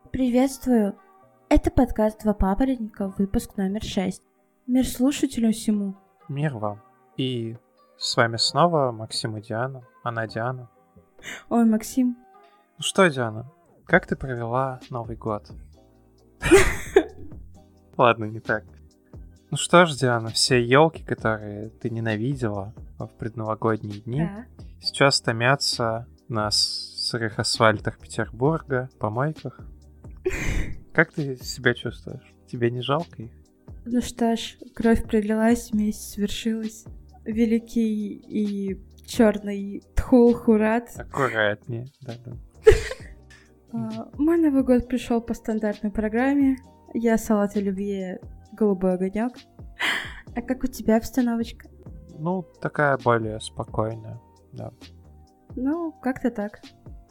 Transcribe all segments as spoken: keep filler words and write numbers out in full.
Приветствую! Это подкаст «Два папоротника», выпуск номер шесть. Мир слушателю всему. Мир вам. И с вами снова Максим и Диана. Она Диана. Ой, Максим. Ну что, Диана, как ты провела Новый год? Ладно, не так. Ну что ж, Диана, все елки, которые ты ненавидела в предновогодние дни, Да. сейчас томятся на сырых асфальтах Петербурга, помойках. Как ты себя чувствуешь? Тебе не жалко их? Ну что ж, кровь пролилась, месть свершилась. Великий и черный Тхул-Хурат. Аккуратнее, да-да. А, Мой Новый год пришел по стандартной программе. Я салат оливье, голубой огонек. А как у тебя обстановочка? Ну, такая более спокойная, да. Ну, как-то так.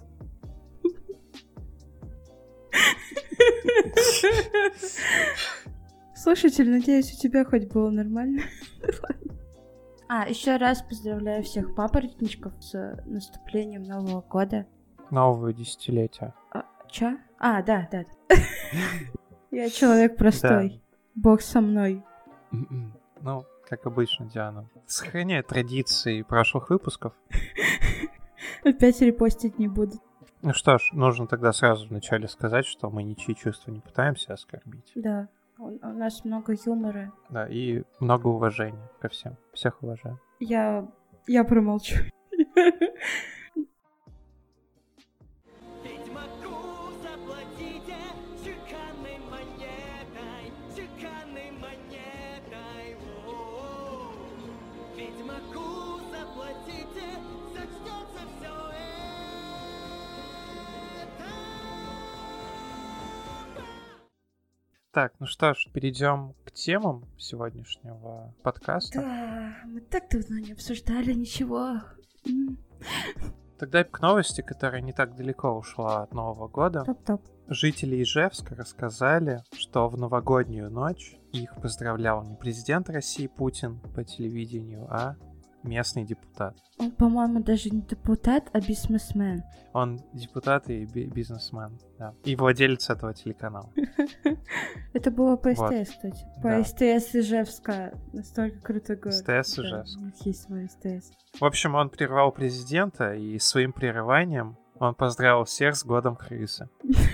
Слушатель, надеюсь, у тебя хоть было нормально. А, еще раз поздравляю всех папоротничков с наступлением Нового года. Нового десятилетия. А, чё? А, да, да. Я человек простой. Бог со мной. Ну, как обычно, Диана. Сохраняй традиции прошлых выпусков. Опять репостить не буду. Ну что ж, нужно тогда сразу вначале сказать, что мы ничьи чувства не пытаемся оскорбить. Да, у, у нас много юмора. Да, и много уважения ко всем. Всех уважаем. Я... я промолчу. Так, ну что ж, перейдем к темам сегодняшнего подкаста. Да, мы так давно не обсуждали ничего. М. Тогда к новости, которая не так далеко ушла от Нового года. Топ-топ. Жители Ижевска рассказали, что в новогоднюю ночь их поздравлял не президент России Путин по телевидению, а местный депутат. Он, по-моему, даже не депутат, а бизнесмен. Он депутат и би- бизнесмен, да. И владелец этого телеканала. Это было по Вот. СТС, кстати. По Да. СТС Ижевска. Настолько крутой город. СТС Да, Ижевск. у них есть свой СТС. В общем, он прервал президента, и своим прерыванием он поздравил всех с годом крысы.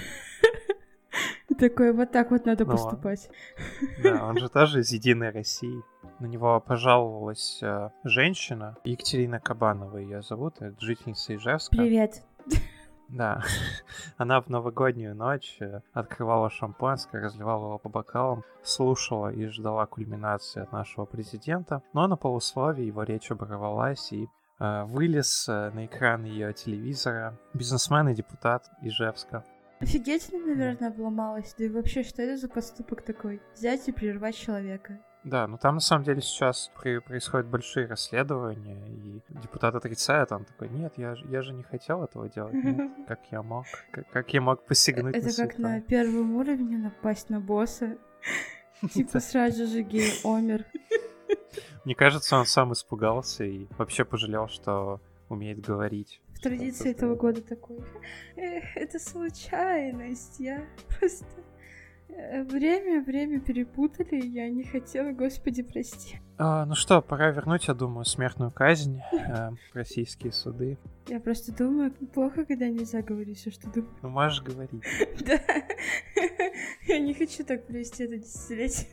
И такой, вот так вот надо Ну, поступать. Да, он же тоже из «Единой России». На него пожаловалась э, женщина, Екатерина Кабанова ее зовут, это жительница Ижевска. Привет. Да, она в новогоднюю ночь э, открывала шампанское, разливала его по бокалам, слушала и ждала кульминации от нашего президента, но на полусловии его речь оборвалась, и э, вылез э, на экран ее телевизора бизнесмен и депутат Ижевска. Офигительно, наверное, обломалась. Да и вообще, что это за поступок такой? Взять и прервать человека. Да, ну там на самом деле сейчас при- происходят большие расследования, и депутат отрицает, он такой, нет, я, ж- я же не хотел этого делать, нет, как я мог, как, как я мог посягнуть Это на как святое?» на первом уровне напасть на босса. Типа сразу же гей умер. Мне кажется, он сам испугался и вообще пожалел, что умеет говорить. В традиции этого года такой. Эх, это случайность. Я просто... э, Время, время перепутали, я не хотела, господи, прости. А, ну что, пора вернуть, я думаю, смертную казнь э, в российские суды. Я просто думаю, плохо, когда нельзя говорить все, что думаю. Ну, можешь говорить. Да. Я не хочу так провести это десятилетие.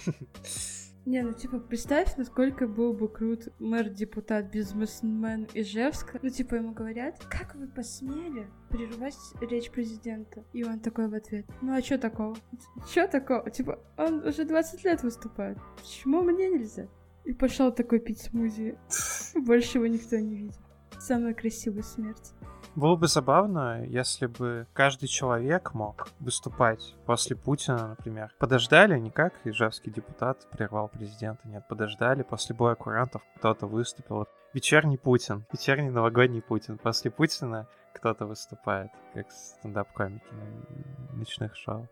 Не, ну типа, представь, насколько был бы крут мэр-депутат бизнесмен Ижевска. Ну типа, ему говорят, как вы посмели прервать речь президента? И он такой в ответ, ну а чё такого? Чё такого? Типа, он уже двадцать лет выступает. Почему мне нельзя? И пошел такой пить смузи. Больше его никто не видел. Самая красивая смерть. Было бы забавно, если бы каждый человек мог выступать после Путина, например. Подождали, не как ижевский депутат прервал президента, нет, подождали, после боя курантов кто-то выступил. Вечерний Путин, вечерний новогодний Путин. После Путина кто-то выступает, как стендап-комики на ночных шоу.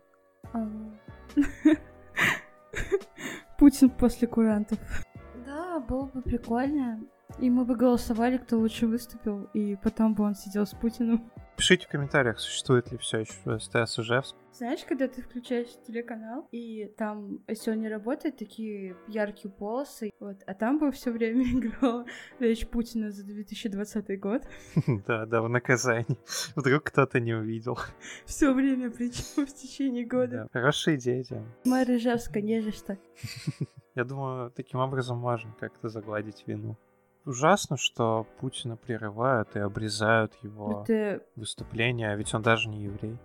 Путин после курантов. Да, было бы прикольно. И мы бы голосовали, кто лучше выступил, и потом бы он сидел с Путиным. Пишите в комментариях, существует ли все еще СТС Ижевск. Знаешь, когда ты включаешь телеканал, и там, если он не работает, такие яркие полосы, вот, а там бы все время играла речь Путина за две тысячи двадцатый год. Да, да, в наказании. Вдруг кто-то не увидел. Все время, причем в течение года. Да, хорошая идея, Диана. Мэр Ижевска, не за что. Я думаю, таким образом можно как-то загладить вину. Ужасно, что Путина прерывают и обрезают его Это... выступления, а ведь он даже не еврей.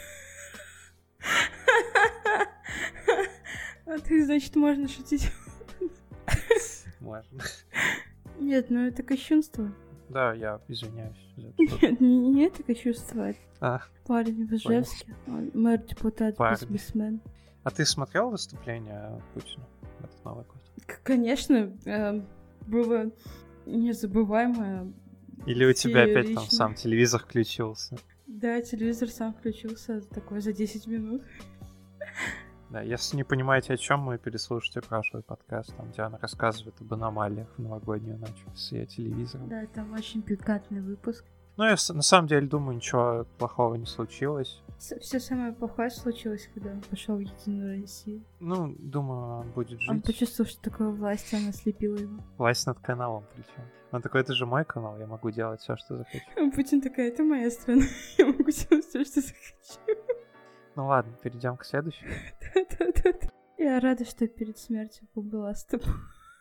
А ты, значит, можно шутить? Можно. Нет, ну это кощунство. Да, я извиняюсь за это. Нет, не, не это кощунство. А, парень в Ижевске, он мэр, депутат, Парень. бизнесмен. а ты смотрел выступление Путина в этот Новый год? К- Конечно, эм, было незабываемое. Или у тебя опять там Феерично. сам телевизор включился? Да, телевизор сам включился такой за десять минут. Да, если не понимаете, о чем мы, переслушайте прошлый подкаст, там Диана рассказывает об аномалиях в новогоднюю ночь с ее телевизором. Да, там очень пикантный выпуск. Ну, я с- на самом деле думаю, ничего плохого не случилось. Все самое плохое случилось, когда он пошел в Единую Россию. Ну, думаю, он будет Он жить. почувствовал, что такое власть, она слепила его. Власть над каналом причем. Он такой, это же мой канал, я могу делать все, что захочу. А Путин такая, это моя страна, я могу делать все, что захочу. Ну ладно, перейдем к следующему. Да-да-да. Я рада, что перед смертью побыла с тобой.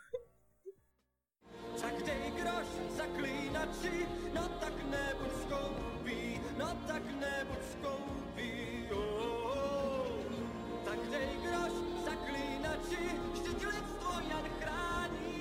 Tak dej grosz zaklinači, no tak nebuď skoupý, no tak nebuď skoupý, oh. Tak dej grosz zaklinači, vždyť lidstvo jen chrání.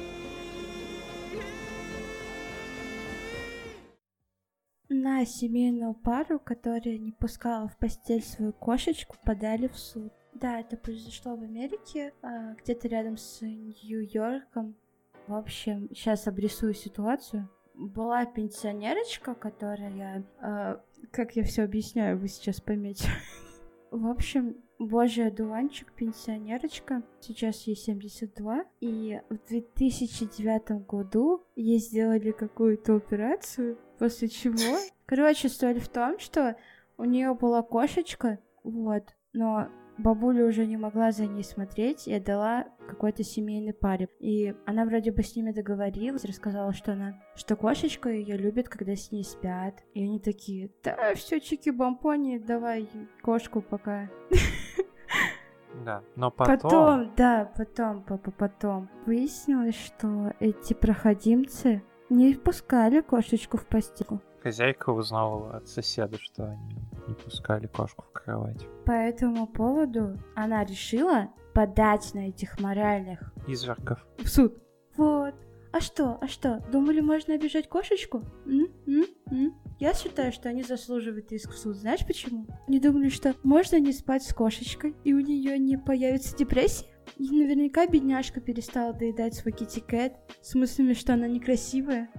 На семейную пару, которая не пускала в постель свою кошечку, подали в суд. Да, это произошло в Америке, а, где-то рядом с Нью-Йорком. В общем, сейчас обрисую ситуацию. Была пенсионерочка, которая... а, как я все объясняю, вы сейчас поймете. В общем, божий одуванчик, пенсионерочка. Сейчас ей семьдесят два. И в две тысячи девятом году ей сделали какую-то операцию, после чего... Короче, суть в том, что у нее была кошечка, вот, но бабуля уже не могла за ней смотреть и отдала какой-то семейной паре. И она вроде бы с ними договорилась, рассказала, что она, что кошечка ее любит, когда с ней спят. И они такие, да, все, чики-бомпони, давай кошку пока. Да, но потом... Потом, да, потом, папа, потом. Выяснилось, что эти проходимцы не пускали кошечку в постельку. Хозяйка узнала от соседа, что они не пускали кошку в кровать. По этому поводу она решила подать на этих моральных Извергов. в суд. Вот. А что? А что? Думали, можно обижать кошечку? М? М? М? Я считаю, что они заслуживают иск в суд. Знаешь почему? Они думали, что можно не спать с кошечкой, и у нее не появится депрессия? И наверняка бедняжка перестала доедать свой китти-кэт с мыслями, что она некрасивая.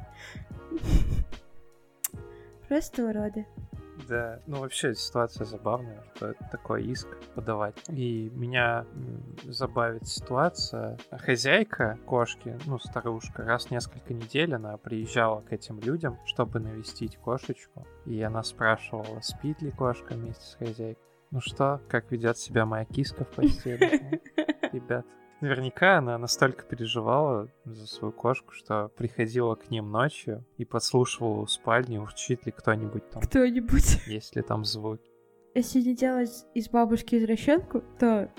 Просто уроды. Да, ну вообще ситуация забавная, что это такой иск подавать. И меня м, забавит ситуация. Хозяйка кошки, ну старушка, раз в несколько недель она приезжала к этим людям, чтобы навестить кошечку. И она спрашивала, спит ли кошка вместе с хозяйкой. Ну что, как ведет себя моя киска в постели? Ну, ребят. Наверняка она настолько переживала за свою кошку, что приходила к ним ночью и подслушивала в спальне, урчит ли кто-нибудь там, Кто-нибудь. есть ли там звуки. Если не делать из бабушки извращенку, то...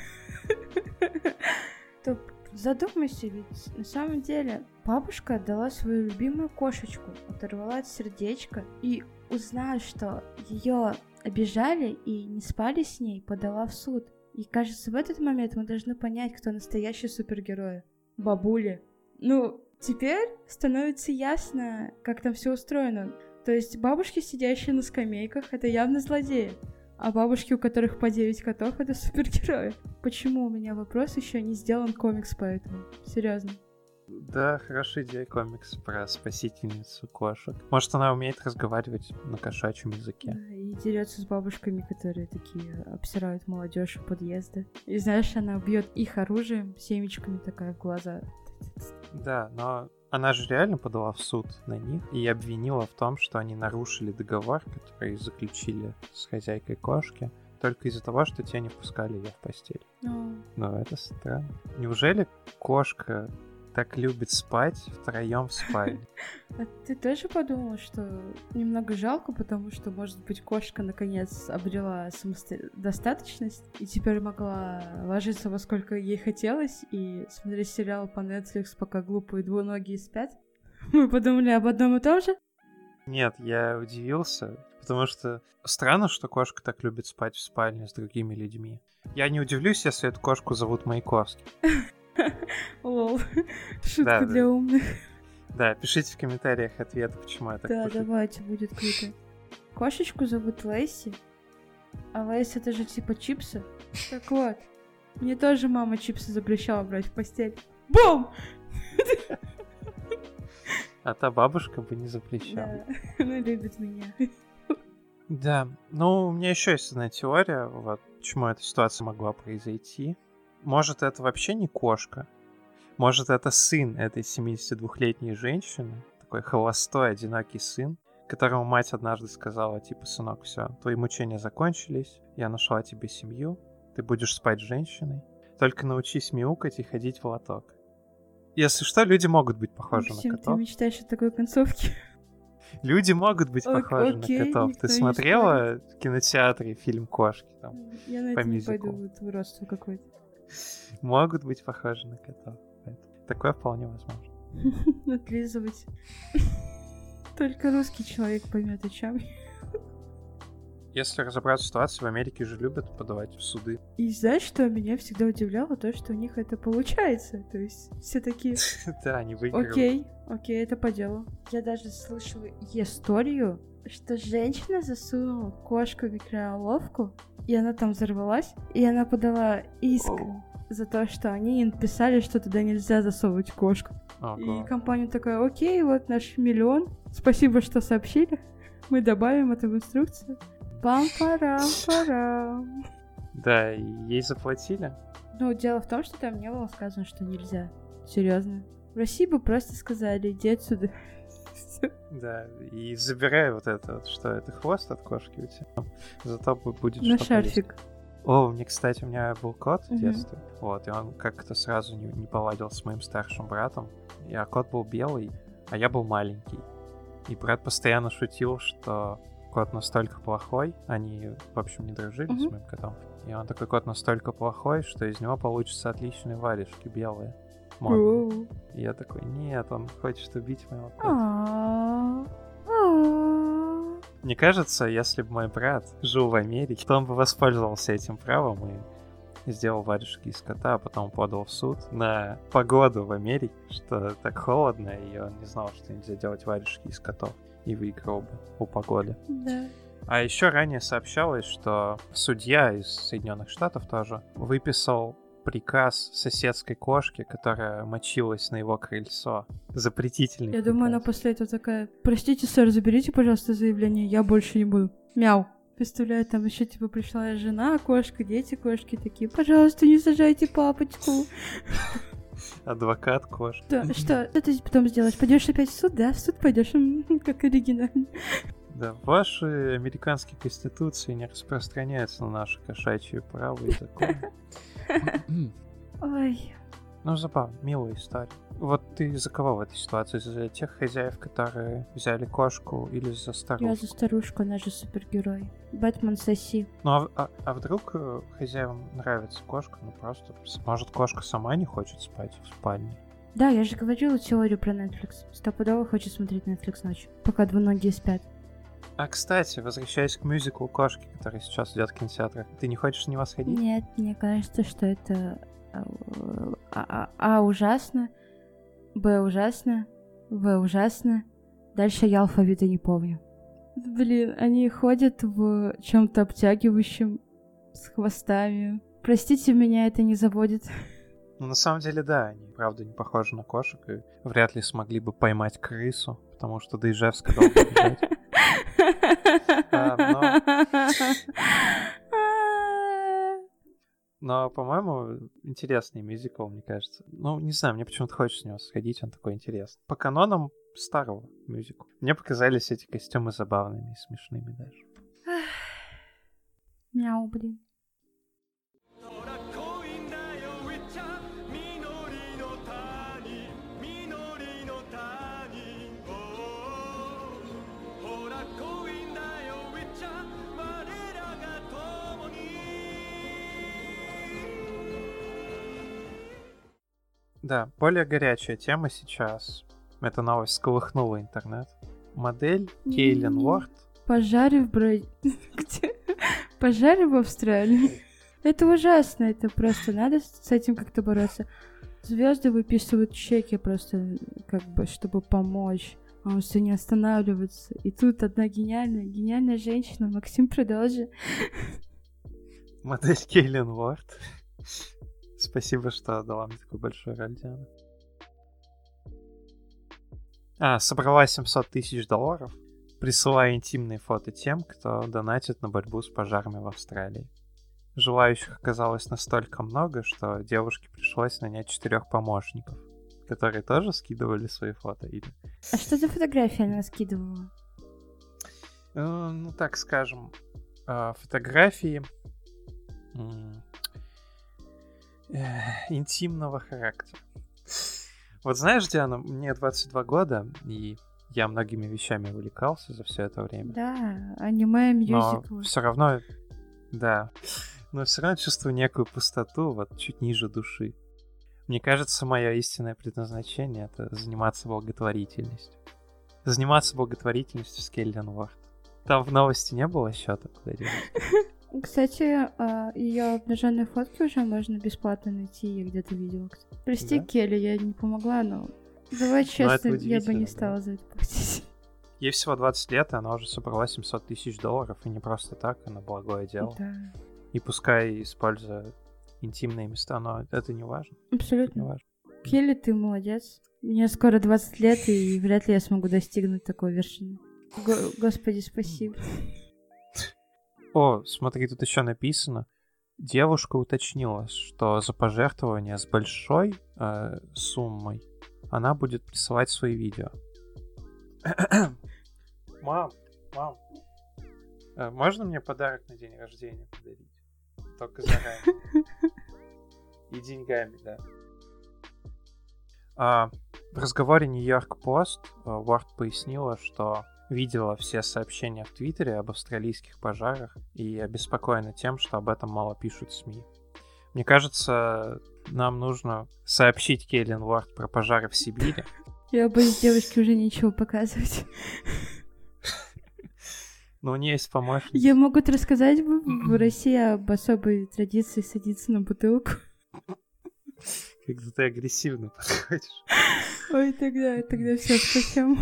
то задумайся, ведь на самом деле бабушка отдала свою любимую кошечку, оторвала от сердечка и, узнав, что ее обижали и не спали с ней, подала в суд. И кажется, в этот момент мы должны понять, кто настоящий супергерой. Бабули. Ну, теперь становится ясно, как там все устроено. То есть бабушки, сидящие на скамейках, это явно злодеи. А бабушки, у которых по девять котов, это супергерои. Почему у меня вопрос еще не сделан комикс по этому? Серьезно. Да, хорошая идея комикс про спасительницу кошек. Может, она умеет разговаривать на кошачьем языке. Да, и дерется с бабушками, которые такие обсирают молодежь у подъезда. И знаешь, она бьет их оружием, семечками такая в глаза. Да, но Она же реально подала в суд на них и обвинила в том, что они нарушили договор, который заключили с хозяйкой кошки, только из-за того, что те не впускали ее в постель. Ну, Но это странно. Неужели кошка так любит спать втроем в спальне? а ты тоже подумала, что немного жалко, потому что, может быть, кошка наконец обрела самодостаточность и теперь могла ложиться во сколько ей хотелось и смотреть сериал по Netflix, пока глупые двуногие спят? Мы подумали об одном и том же? Нет, я удивился, потому что странно, что кошка так любит спать в спальне с другими людьми. Я не удивлюсь, если эту кошку зовут Маяковский. Лол, шутка Да, для да. умных. Да, пишите в комментариях ответ, почему я так Да, пошутил. давайте, будет круто. Кошечку зовут Лейси, а Лейс это же типа чипсы. Так вот, мне тоже мама чипсы запрещала брать в постель. Бум! А та бабушка бы не запрещала. Да, она любит меня. Да, ну, у меня еще есть одна теория, вот, почему эта ситуация могла произойти. Может, это вообще не кошка? Может, это сын этой семидесятидвухлетней женщины, такой холостой, одинокий сын, которому мать однажды сказала, типа, сынок, все, твои мучения закончились, я нашла тебе семью, ты будешь спать с женщиной, только научись мяукать и ходить в лоток. Если что, люди могут быть похожи Максим, на ты котов. мечтаешь о такой концовке? Люди могут быть Ок- похожи окей, на котов. никто Ты не смотрела в кинотеатре фильм «Кошки»? Там Я на по это не мюзиклу. пойду, вот уродство какое-то. могут быть похожи на котов. Поэтому такое вполне возможно. Отлизывать. Только русский человек поймет, о чем. Если разобраться в ситуации, в Америке же любят подавать в суды. И знаешь, что меня всегда удивляло? То, что у них это получается. То есть все такие, Да, они выигрывают. окей, окей, это по делу. Я даже слышала историю, что женщина засунула кошку в микроволновку, и она там взорвалась, и она подала иск Оу. за то, что они им написали, что туда нельзя засовывать кошку. Ого. И компания такая, окей, вот наш миллион, спасибо, что сообщили, мы добавим это в инструкцию. Пам-парам-парам. Да, и ей заплатили. Ну, дело в том, что там не было сказано, что нельзя. Серьезно. В России бы просто сказали, иди отсюда. Да, и забирай вот это вот, что это хвост от кошки у тебя. Зато бу- будет На что полезть. шарфик. О, мне, кстати, у меня был кот в Мгм. детстве. Вот, и он как-то сразу не, не поладил с моим старшим братом. И, а кот был белый, а я был маленький. И брат постоянно шутил, что кот настолько плохой, они, в общем, не дружили с Мгм. моим котом. И он такой, кот настолько плохой, что из него получатся отличные варежки белые. модные. Оу. И я такой, нет, он хочет убить моего кота. А. А. Мне кажется, если бы мой брат жил в Америке, то он бы воспользовался этим правом и сделал варежки из кота, а потом подал в суд на погоду в Америке, что так холодно, и он не знал, что нельзя делать варежки из котов, и выиграл бы у погоды. Да. А еще ранее сообщалось, что судья из Соединенных Штатов тоже выписал приказ соседской кошке, которая мочилась на его крыльцо. Запретительный Я думаю, она приказ. после этого такая, простите, сэр, заберите, пожалуйста, заявление, я больше не буду. Мяу. Представляю, там еще типа пришла жена, кошка, дети кошки такие, пожалуйста, не сажайте папочку. Адвокат кошки. Да, что, что ты потом сделаешь? Пойдешь опять в суд, да? В суд пойдешь, как оригинально. Да, ваши американские конституции не распространяются на наши кошачьи права и законы. Ой, Ну, забавно, милая история. Вот ты за кого в этой ситуации? За тех хозяев, которые взяли кошку, или за я старуху? за старушку, она же супергерой. Бэтмен соси. Ну, а, а- а вдруг э, хозяевам нравится кошка? Ну, просто, с- может, кошка сама не хочет спать в спальне? Да, я же говорила теорию про Netflix. Стопудово хочет смотреть Netflix ночью, пока двуногие спят. А, кстати, возвращаясь к мюзиклу «Кошки», который сейчас идет в кинотеатрах, ты не хочешь на него сходить? Нет, мне кажется, что это а, а, а ужасно, б ужасно, в ужасно. Дальше я алфавита не помню. Блин, они ходят в чем-то обтягивающем с хвостами. Простите, меня это не заводит. Ну, на самом деле, да, они, правда, не похожи на кошек и вряд ли смогли бы поймать крысу, потому что до Ижевска долго бежать. А, Но, по-моему, интересный мюзикл, мне кажется. Ну, не знаю, мне почему-то хочется в него сходить, он такой интересный. По канонам старого мюзикла. Мне показались эти костюмы забавными и смешными даже. Мяу, блин. Да, более горячая тема сейчас. Эта новость сколыхнула интернет. Модель Кейлин Уорд. Пожары в Бра... Где? Пожары в Австралии. Это ужасно, это просто надо с этим как-то бороться. Звезды выписывают чеки просто, как бы, чтобы помочь. А он все не останавливается. И тут одна гениальная, гениальная женщина. Максим, продолжи. Модель Кейлин Уорд. Спасибо, что дала мне такую большую роль, Диана. А, собрала семьсот тысяч долларов, присылая интимные фото тем, кто донатит на борьбу с пожарами в Австралии. Желающих оказалось настолько много, что девушке пришлось нанять четырех помощников, которые тоже скидывали свои фото. Или... А что за фотографии она скидывала? Э, ну, так скажем, э, фотографии... М- интимного характера. Вот знаешь, Диана, мне двадцать два года, и я многими вещами увлекался за все это время. Да, аниме, мюзиклы. Но все равно, да, но все равно чувствую некую пустоту вот чуть ниже души. Мне кажется, мое истинное предназначение — это заниматься благотворительностью. Заниматься благотворительностью с Кейлин Уорд. Там в новости не было счета, куда делать. Кстати, ее обнаженные фотки уже можно бесплатно найти, я где-то видела. Прости, да? Келли, я не помогла, но давай честно, я бы не стала да. за это платить. Ей всего двадцать лет, и она уже собрала семьсот тысяч долларов, и не просто так, а на благое дело. Да. И пускай используя интимные места, но это не важно. Абсолютно. Не важно. Келли, ты молодец. Мне скоро двадцать лет, и вряд ли я смогу достигнуть такой вершины. Го- Господи, спасибо. О, смотри, тут еще написано. Девушка уточнила, что за пожертвование с большой э, суммой она будет присылать свои видео. Мам, мам, э, можно мне подарок на день рождения подарить? Только заранее. И деньгами, да. А, в разговоре Нью-Йорк Пост Уорд пояснила, что видела все сообщения в Твиттере об австралийских пожарах и обеспокоена тем, что об этом мало пишут СМИ. Мне кажется, нам нужно сообщить Кейлин Уорд про пожары в Сибири. Я боюсь девочке уже ничего показывать. Но у нее есть помощник. Я могу рассказать в России об особой традиции садиться на бутылку. Как-то ты агрессивно подходишь. Ой, тогда, тогда все, спасем.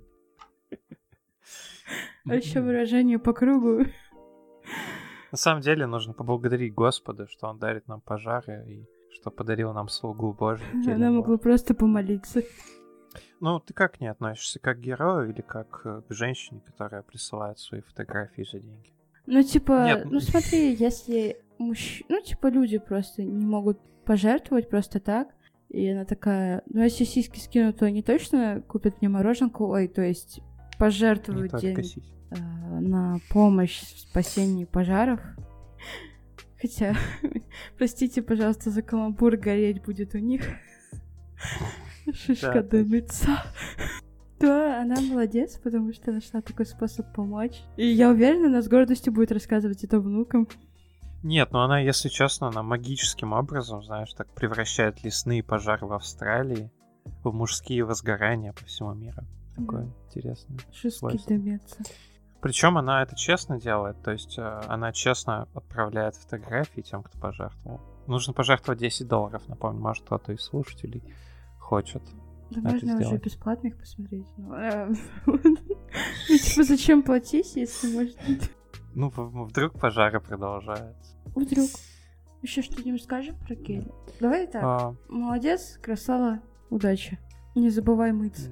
А еще выражение по кругу. На самом деле нужно поблагодарить Господа, что Он дарит нам пожары и что подарил нам слугу Божию. Она могла просто помолиться. Ну, ты как к ней относишься? Как к герою или как к женщине, которая присылает свои фотографии за деньги? Ну, типа, Нет. ну смотри, если мужч... ну, типа, люди просто не могут пожертвовать просто так, и она такая, ну, если сиськи скину, то они точно купят мне мороженку, ой, то есть пожертвуют деньги э, на помощь в спасении пожаров. Хотя, простите, пожалуйста, за каламбур, гореть будет у них. Шишка дымится. Да, она молодец, потому что нашла такой способ помочь. И я уверена, она с гордостью будет рассказывать это внукам. Нет, ну она, если честно, она магическим образом, знаешь, так превращает лесные пожары в Австралии в мужские возгорания по всему миру. Такое mm. интересное. Шишки дымятся. Причем она это честно делает, то есть э, она честно отправляет фотографии тем, кто пожертвовал. Нужно пожертвовать десять долларов, напомню, может кто-то из слушателей хочет. Да можно сделать. Уже бесплатно их посмотреть. Ну, типа, зачем платить, если можно... Ну, вдруг пожары продолжаются. Вдруг. Еще что-нибудь скажем про Келли? Давай так. А... Молодец, красава, удачи. Не забывай мыться.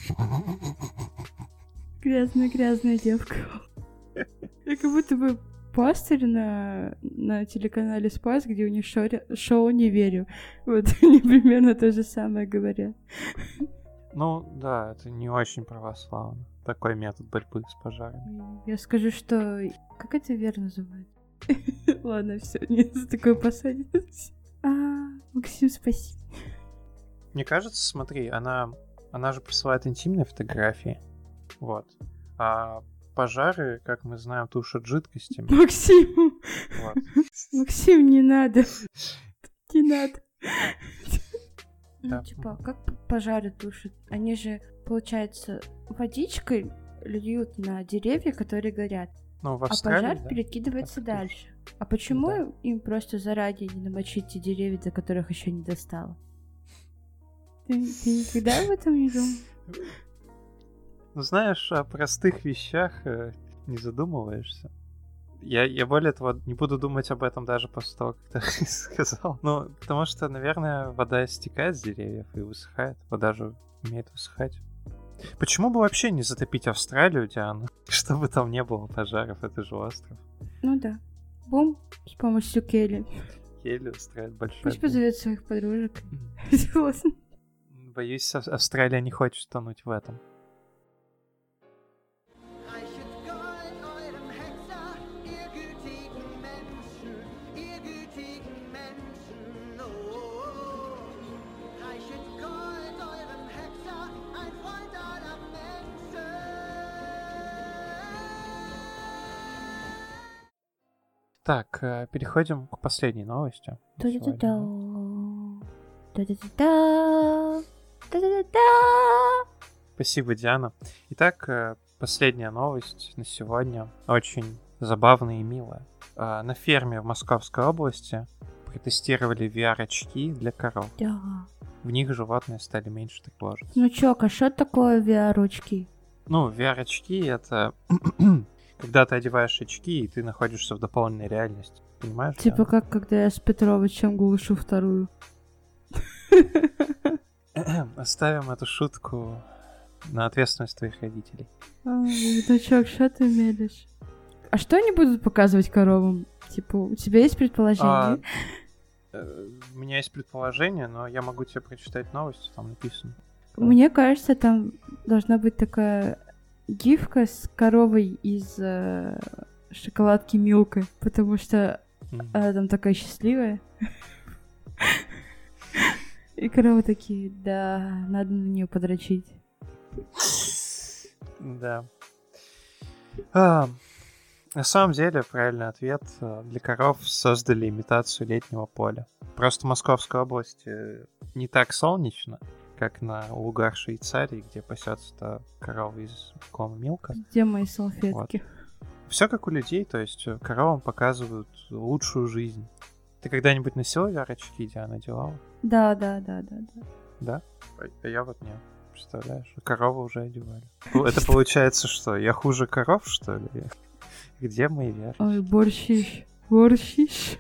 Грязная-грязная девка. Я как будто бы постер на, на телеканале Спас, где у них шоу, шоу «Не верю». Вот они примерно то же самое говорят. Ну, да, это не очень православно. Такой метод борьбы с пожарами. Я скажу, что... Как это верно называют? Ладно, все, не за такое посадилась. А, Максим, спасибо. Мне кажется, смотри, она, она же присылает интимные фотографии. Вот. А пожары, как мы знаем, тушат жидкостями. Максим! Вот. Максим, не надо. Не надо. Да. Ну, типа, как пожары тушат? Они же, получается, водичкой льют на деревья, которые горят. Ну, в А Австралии, пожар да? перекидывается Так и дальше. А почему Да. им просто заранее не намочить те деревья, до которых еще не достало? Ты, ты никогда об этом не думал? Ну, знаешь, о простых вещах э, не задумываешься. Я, я более того не буду думать об этом даже после того, как ты сказал. Ну, потому что, наверное, вода стекает с деревьев и высыхает. Вода же умеет высыхать. Почему бы вообще не затопить Австралию, Диана? Чтобы там не было пожаров, это же остров. Ну да. Бум с помощью Келли. Келли устраивает большой Пусть бум. позовет своих подружек. Согласна. Боюсь, Ав- Австралия не хочет тонуть в этом. Reichet Gold eurem Hexer, ihr gütigen Menschen, ihr gütigen Menschen, oh. Reichet Gold eurem Hexer, ein Freund aller Menschen. Так, э, переходим к последней новости. на Да-да-да-да. сегодня. Да-да-да-да. Да-да-да-да. Спасибо, Диана. Итак, э, последняя новость на сегодня. Очень забавная и милая. А, На ферме в Московской области протестировали ви ар-очки для коров. Да. В них животные стали меньше тревожиться. Ну чё, а что такое ви ар-очки? Ну, ви ар-очки — это когда ты одеваешь очки, и ты находишься в дополненной реальности. Понимаешь? Типа Диана? как когда я с Петровичем глушу вторую. Оставим эту шутку на ответственность твоих родителей. Ай, дочок, что ты мелешь? А что они будут показывать коровам? Типа, у тебя есть А, предположение? э, У меня есть предположение, но я могу тебе прочитать новости, там написано. Мне кажется, там должна быть такая гифка с коровой из э, шоколадки Милка, потому что Мгм. она там такая счастливая. И коровы такие, да, надо на нее подрочить. Да. А, на самом деле, правильный ответ. э, Для коров создали имитацию летнего поля. Просто в Московской области не так солнечно, как на лугах Швейцарии, где пасется корова из кома Милка. Где мои салфетки? Все как у людей, то есть э, коровам показывают лучшую жизнь. Ты когда-нибудь носила ви ар-очки, Диана, надевала? Да, да, да, да, да. Да? А а я вот нет. Представляешь? Коровы уже одевали. Ну, это получается что? Я хуже коров, что ли? Где мои ви ар? Ой, борщиш, борщиш.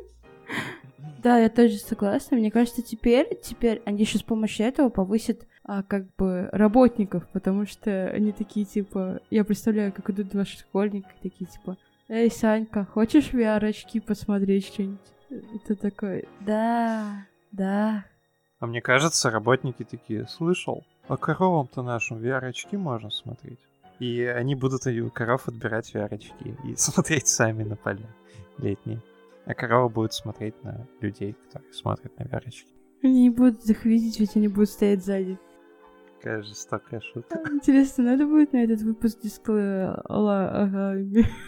Да, я тоже согласна. Мне кажется, теперь, теперь они еще с помощью этого повысят а, как бы работников, потому что они такие, типа, я представляю, как идут два школьника, такие, типа, эй, Санька, хочешь ви ар-очки посмотреть что-нибудь? И ты такой, да, да. А мне кажется, работники такие, слышал, а коровам-то нашим ви ар-очки можно смотреть. И они будут и у коров отбирать ви ар-очки и смотреть сами на поля летние. А корова будет смотреть на людей, которые смотрят на ви ар-очки. Они не будут их видеть, ведь они будут стоять сзади. Какая жестокая шутка. Интересно, надо будет на этот выпуск дисклеймер? Ага,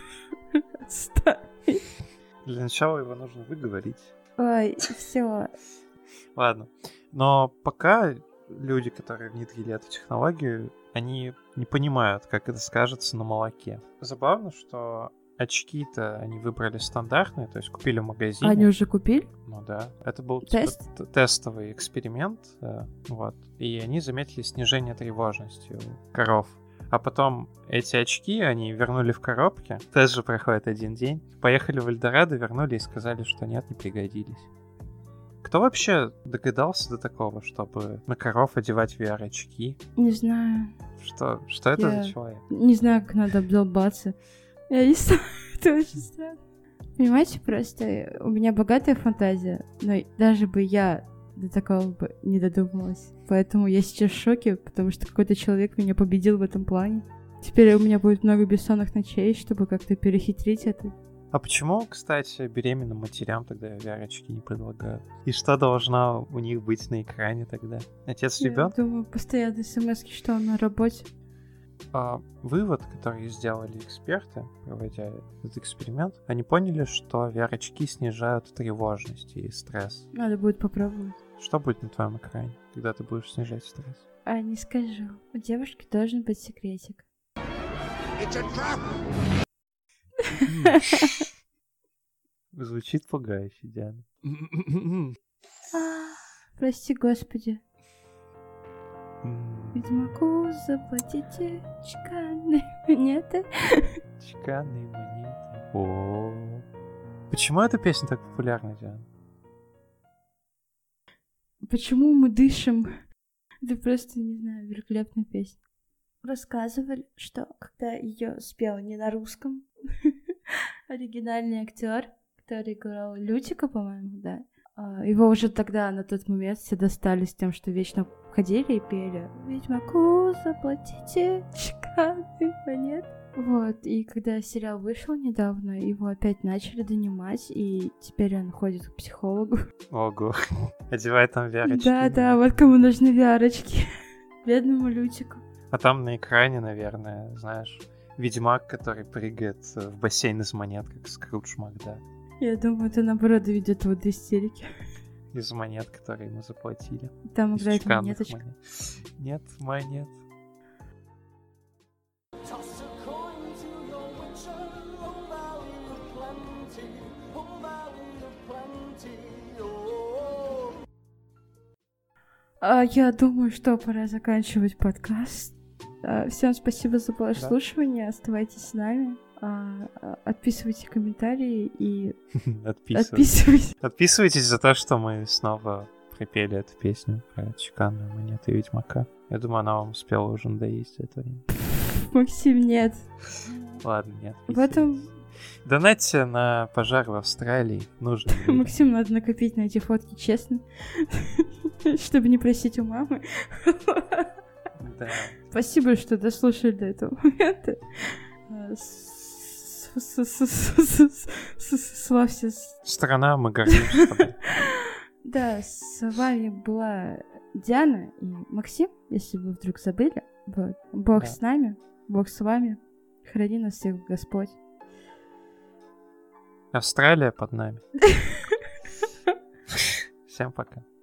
отставить. Для начала его нужно выговорить. Ой, все. Ладно. Но пока люди, которые внедрили эту технологию, они не понимают, как это скажется на молоке. Забавно, что очки-то они выбрали стандартные, то есть купили в магазине. Они уже купили? Ну да. Это был типа, Тест? т- тестовый эксперимент. э, Вот. И они заметили снижение тревожности у коров. А потом эти очки они вернули в коробке. Тест же проходит один день. Поехали в Эльдорадо, вернули и сказали, что нет, не пригодились. Кто вообще догадался до такого, чтобы на коров одевать ви ар-очки? Не знаю. Что, что это Я- за человек? Не знаю, как надо обдолбаться. Я не знаю, это очень странно. Понимаете, просто у меня богатая фантазия, но даже бы я до такого бы не додумалась. Поэтому я сейчас в шоке, потому что какой-то человек меня победил в этом плане. Теперь у меня будет много бессонных ночей, чтобы как-то перехитрить это. А почему, кстати, беременным матерям тогда ви ар-очки не предлагают? И что должно у них быть на экране тогда? Отец Я ребенка? думаю, постоянно смс-ки, что он на работе. А, вывод, который сделали эксперты, проводя этот эксперимент, они поняли, что ви ар-очки снижают тревожность и стресс. Надо будет попробовать. Что будет на твоем экране, когда ты будешь снижать стресс? А не скажу. У девушки должен быть секретик. Звучит пугающе, Диана. А, прости, господи. Ведьмаку заплатите чеканные монеты. Чеканные монеты. О. Почему эта песня так популярна, Диана? Почему мы дышим? Это просто, не знаю, великолепная песня. Рассказывали, что когда ее спел не на русском, оригинальный актер, который играл Лютика, по-моему, да, его уже тогда, на тот момент, все достали с тем, что вечно ходили и пели «Ведьмаку заплатите чеканные монеты». Вот, и когда сериал вышел недавно, его опять начали донимать, и теперь он ходит к психологу. Ого, одевает там ви ар-очки. Да-да, вот кому нужны ви ар-очки. Бедному Лютику. А там на экране, наверное, знаешь, ведьмак, который прыгает в бассейн из монет, как Скрудж Макдак. Я думаю, это наоборот доведет его до истерики. Из монет, которые ему заплатили. Там Из играет чеканных монеточка. монет. Нет монет. Toss a coin to your witcher, oh valley of plenty, oh valley of plenty, oh. А, я думаю, что пора заканчивать подкаст. А, всем спасибо за прослушивание. Оставайтесь с нами. А, а, отписывайте комментарии и Отписывайтесь. отписывайтесь. Отписывайтесь за то, что мы снова припели эту песню про чеканную монету Ведьмака. Я думаю, она вам успела уже надоесть за это время. Максим, нет. Ладно, нет. В этом... Донатьте на пожар в Австралии. Нужно. Максим, надо накопить на эти фотки, честно. Чтобы не просить у мамы. Да. Спасибо, что дослушали до этого момента. Славься. Страна, мы гордимся тобой. Да, с вами была Диана и Максим, если вы вдруг забыли. Вот. Бог Да. с нами, Бог с вами. Храни нас всех Господь. Австралия под нами. Всем пока.